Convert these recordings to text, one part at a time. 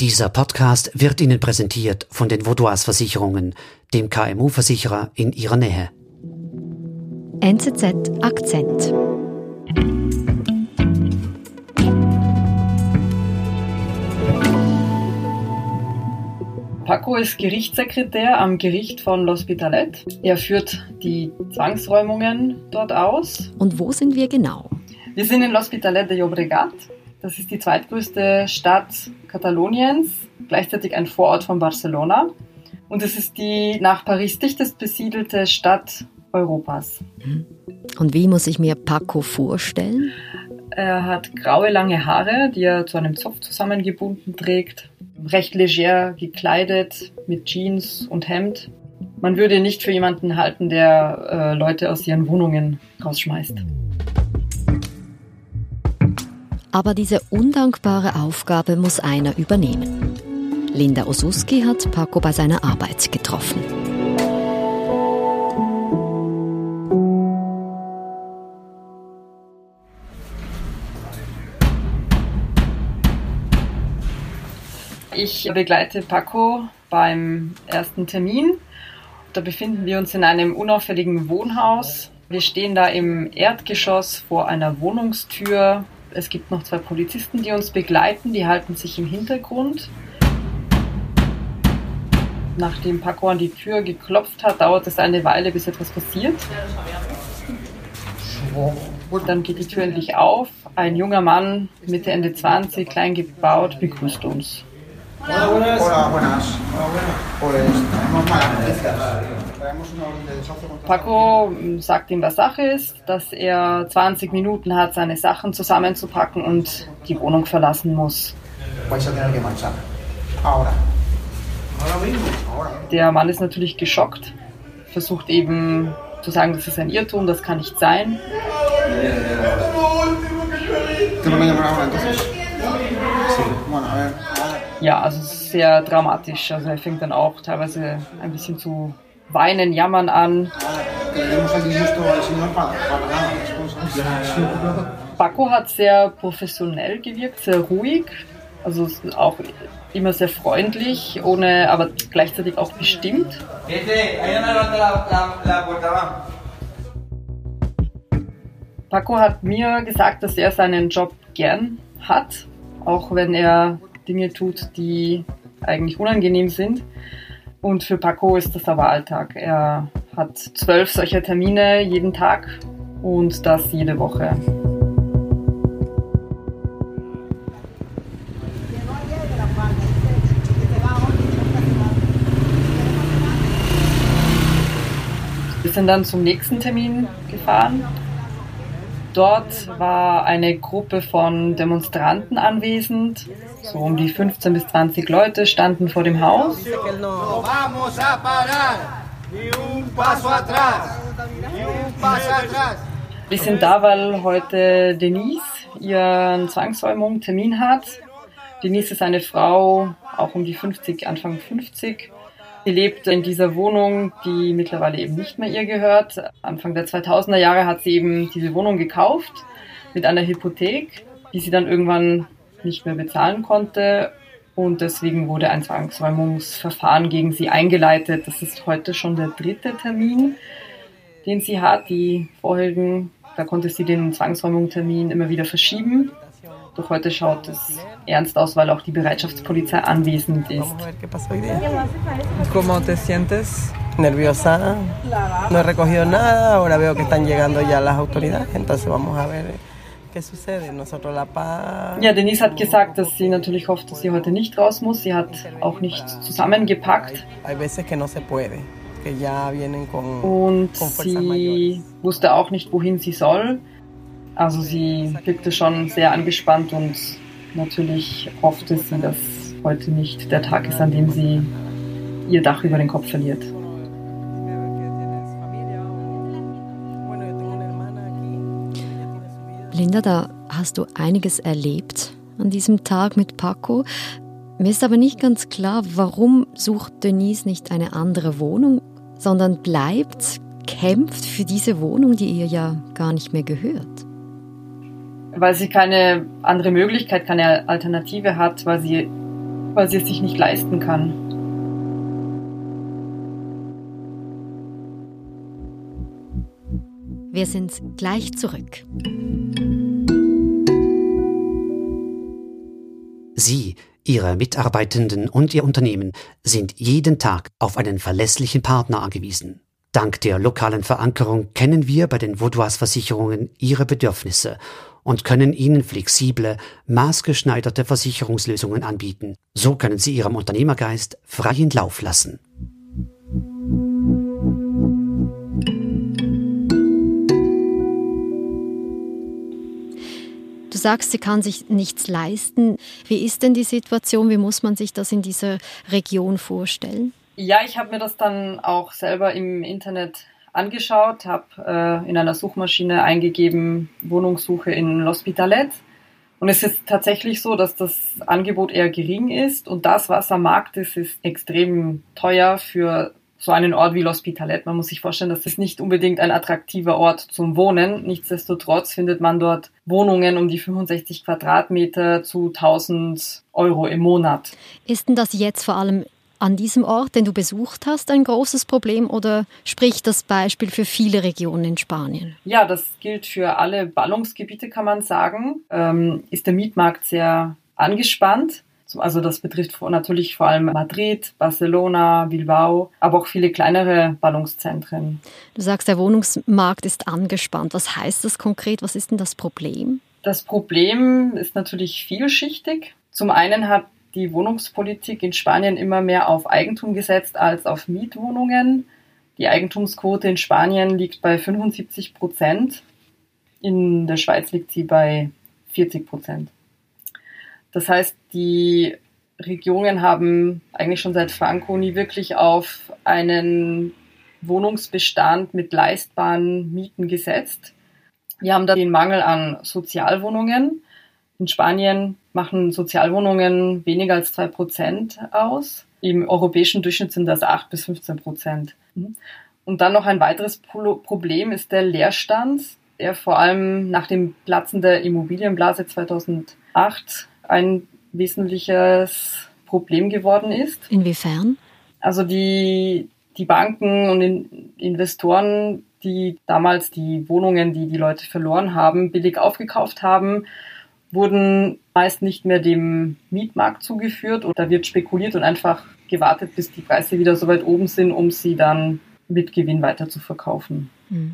Dieser Podcast wird Ihnen präsentiert von den Vaudoise Versicherungen, dem KMU-Versicherer in Ihrer Nähe. NZZ Akzent. Paco ist Gerichtssekretär am Gericht von L'Hospitalet. Er führt die Zwangsräumungen dort aus. Und wo sind wir genau? Wir sind in L'Hospitalet de Llobregat. Das ist die zweitgrößte Stadt Kataloniens, gleichzeitig ein Vorort von Barcelona. Und es ist die nach Paris dichtest besiedelte Stadt Europas. Und wie muss ich mir Paco vorstellen? Er hat graue, lange Haare, die er zu einem Zopf zusammengebunden trägt. Recht leger gekleidet, mit Jeans und Hemd. Man würde ihn nicht für jemanden halten, der Leute aus ihren Wohnungen rausschmeißt. Aber diese undankbare Aufgabe muss einer übernehmen. Linda Osuski hat Paco bei seiner Arbeit getroffen. Ich begleite Paco beim ersten Termin. Da befinden wir uns in einem unauffälligen Wohnhaus. Wir stehen da im Erdgeschoss vor einer Wohnungstür. Es gibt noch 2 Polizisten, die uns begleiten, die halten sich im Hintergrund. Nachdem Paco an die Tür geklopft hat, dauert es eine Weile, bis etwas passiert. Dann geht die Tür endlich auf. Ein junger Mann, Mitte, Ende 20, klein gebaut, begrüßt uns. Paco sagt ihm, was Sache ist, dass er 20 Minuten hat, seine Sachen zusammenzupacken und die Wohnung verlassen muss. Der Mann ist natürlich geschockt, versucht eben zu sagen, das ist ein Irrtum, das kann nicht sein. Ja, also es ist sehr dramatisch. Also er fängt dann auch teilweise ein bisschen zu weinen, jammern an. Paco hat sehr professionell gewirkt, sehr ruhig, also auch immer sehr freundlich, aber gleichzeitig auch bestimmt. Paco hat mir gesagt, dass er seinen Job gern hat, auch wenn er Dinge tut, die eigentlich unangenehm sind. Und für Paco ist das aber Alltag. Er hat 12 solcher Termine jeden Tag und das jede Woche. Wir sind dann zum nächsten Termin gefahren. Dort war eine Gruppe von Demonstranten anwesend. So um die 15 bis 20 Leute standen vor dem Haus. Wir sind da, weil heute Denise ihren Zwangsräumung-Termin hat. Denise ist eine Frau, auch um die 50, Anfang 50. Sie lebt in dieser Wohnung, die mittlerweile eben nicht mehr ihr gehört. Anfang der 2000er Jahre hat sie eben diese Wohnung gekauft mit einer Hypothek, die sie dann irgendwann nicht mehr bezahlen konnte. Und deswegen wurde ein Zwangsräumungsverfahren gegen sie eingeleitet. Das ist heute schon der 3. Termin, den sie hat. Die vorherigen, da konnte sie den Zwangsräumungstermin immer wieder verschieben. Doch heute schaut es ernst aus, weil auch die Bereitschaftspolizei anwesend ist. ¿Cómo te sientes? Nerviosa. No he recogido nada. Ahora veo que están llegando ya las autoridades. Entonces vamos a ver qué sucede. Nosotros La Paz. Ja, Denise hat gesagt, dass sie natürlich hofft, dass sie heute nicht raus muss. Sie hat auch nichts zusammengepackt. Hay veces que no se puede. Que ya vienen Und sie wusste auch nicht, wohin sie soll. Also sie wirkte schon sehr angespannt und natürlich hoffte sie, dass heute nicht der Tag ist, an dem sie ihr Dach über den Kopf verliert. Linda, da hast du einiges erlebt an diesem Tag mit Paco. Mir ist aber nicht ganz klar, warum sucht Denise nicht eine andere Wohnung, sondern bleibt, kämpft für diese Wohnung, die ihr ja gar nicht mehr gehört. Weil sie keine andere Möglichkeit, keine Alternative hat, weil sie weil sie es sich nicht leisten kann. Wir sind gleich zurück. Sie, Ihre Mitarbeitenden und Ihr Unternehmen sind jeden Tag auf einen verlässlichen Partner angewiesen. Dank der lokalen Verankerung kennen wir bei den Vaudoise Versicherungen Ihre Bedürfnisse und können Ihnen flexible, maßgeschneiderte Versicherungslösungen anbieten. So können Sie Ihrem Unternehmergeist freien Lauf lassen. Du sagst, sie kann sich nichts leisten. Wie ist denn die Situation? Wie muss man sich das in dieser Region vorstellen? Ja, ich habe mir das dann auch selber im Internet angeschaut, habe in einer Suchmaschine eingegeben, Wohnungssuche in L'Hospitalet. Und es ist tatsächlich so, dass das Angebot eher gering ist und das, was am Markt ist extrem teuer für so einen Ort wie L'Hospitalet. Man muss sich vorstellen, das ist nicht unbedingt ein attraktiver Ort zum Wohnen. Nichtsdestotrotz findet man dort Wohnungen um die 65 Quadratmeter zu 1.000 Euro im Monat. Ist denn das jetzt vor allem an diesem Ort, den du besucht hast, ein großes Problem oder spricht das Beispiel für viele Regionen in Spanien? Ja, das gilt für alle Ballungsgebiete, kann man sagen. Ist der Mietmarkt sehr angespannt. Also das betrifft natürlich vor allem Madrid, Barcelona, Bilbao, aber auch viele kleinere Ballungszentren. Du sagst, der Wohnungsmarkt ist angespannt. Was heißt das konkret? Was ist denn das Problem? Das Problem ist natürlich vielschichtig. Zum einen hat die Wohnungspolitik in Spanien immer mehr auf Eigentum gesetzt als auf Mietwohnungen. Die Eigentumsquote in Spanien liegt bei 75%. In der Schweiz liegt sie bei 40%. Das heißt, die Regierungen haben eigentlich schon seit Franco nie wirklich auf einen Wohnungsbestand mit leistbaren Mieten gesetzt. Wir haben da den Mangel an Sozialwohnungen. In Spanien machen Sozialwohnungen weniger als 2% aus. Im europäischen Durchschnitt sind das 8-15%. Und dann noch ein weiteres Problem ist der Leerstand, der vor allem nach dem Platzen der Immobilienblase 2008 ein wesentliches Problem geworden ist. Inwiefern? Also die Banken und Investoren, die damals die Wohnungen, die die Leute verloren haben, billig aufgekauft haben, wurden meist nicht mehr dem Mietmarkt zugeführt oder wird spekuliert und einfach gewartet, bis die Preise wieder so weit oben sind, um sie dann mit Gewinn weiter zu verkaufen.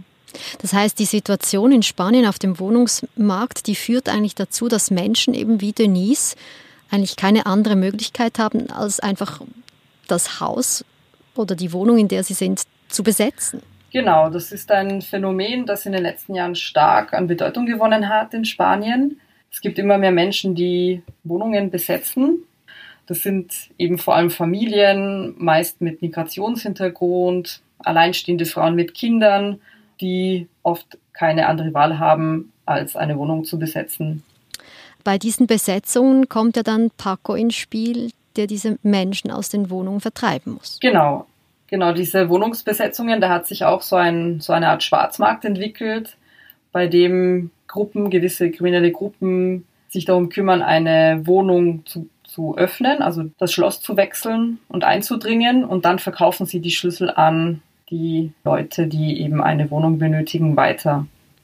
Das heißt, die Situation in Spanien auf dem Wohnungsmarkt, die führt eigentlich dazu, dass Menschen eben wie Denise eigentlich keine andere Möglichkeit haben, als einfach das Haus oder die Wohnung, in der sie sind, zu besetzen. Genau, das ist ein Phänomen, das in den letzten Jahren stark an Bedeutung gewonnen hat in Spanien. Es gibt immer mehr Menschen, die Wohnungen besetzen. Das sind eben vor allem Familien, meist mit Migrationshintergrund, alleinstehende Frauen mit Kindern, die oft keine andere Wahl haben, als eine Wohnung zu besetzen. Bei diesen Besetzungen kommt ja dann Paco ins Spiel, der diese Menschen aus den Wohnungen vertreiben muss. Genau, diese Wohnungsbesetzungen, da hat sich auch so eine Art Schwarzmarkt entwickelt, bei dem gewisse kriminelle Gruppen sich darum kümmern, eine Wohnung zu öffnen, also das Schloss zu wechseln und einzudringen und dann verkaufen sie die Schlüssel an die Leute, die eben eine Wohnung benötigen, weiter.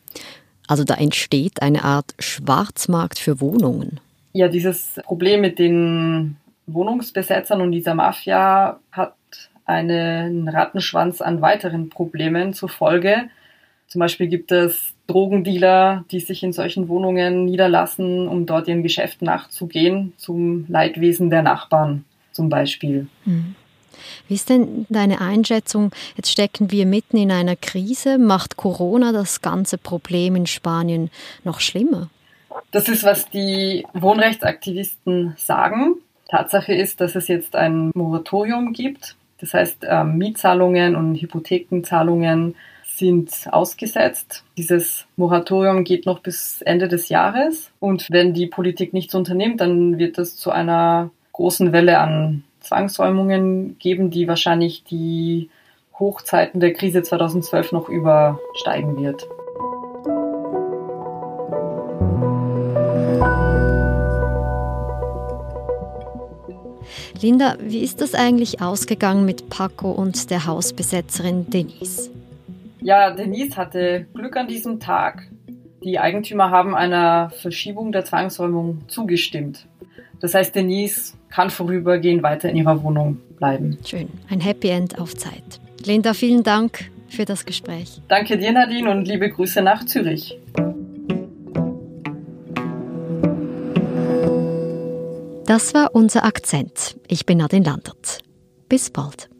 Also da entsteht eine Art Schwarzmarkt für Wohnungen. Ja, dieses Problem mit den Wohnungsbesetzern und dieser Mafia hat einen Rattenschwanz an weiteren Problemen zur Folge. Zum Beispiel gibt es Drogendealer, die sich in solchen Wohnungen niederlassen, um dort ihren Geschäften nachzugehen, zum Leidwesen der Nachbarn zum Beispiel. Wie ist denn deine Einschätzung? Jetzt stecken wir mitten in einer Krise. Macht Corona das ganze Problem in Spanien noch schlimmer? Das ist, was die Wohnrechtsaktivisten sagen. Tatsache ist, dass es jetzt ein Moratorium gibt. Das heißt, Mietzahlungen und Hypothekenzahlungen sind ausgesetzt. Dieses Moratorium geht noch bis Ende des Jahres. Und wenn die Politik nichts unternimmt, dann wird es zu einer großen Welle an Zwangsräumungen geben, die wahrscheinlich die Hochzeiten der Krise 2012 noch übersteigen wird. Linda, wie ist das eigentlich ausgegangen mit Paco und der Hausbesetzerin Denise? Ja, Denise hatte Glück an diesem Tag. Die Eigentümer haben einer Verschiebung der Zwangsräumung zugestimmt. Das heißt, Denise kann vorübergehend weiter in ihrer Wohnung bleiben. Schön, ein Happy End auf Zeit. Linda, vielen Dank für das Gespräch. Danke dir, Nadine, und liebe Grüße nach Zürich. Das war unser Akzent. Ich bin Nadine Landert. Bis bald.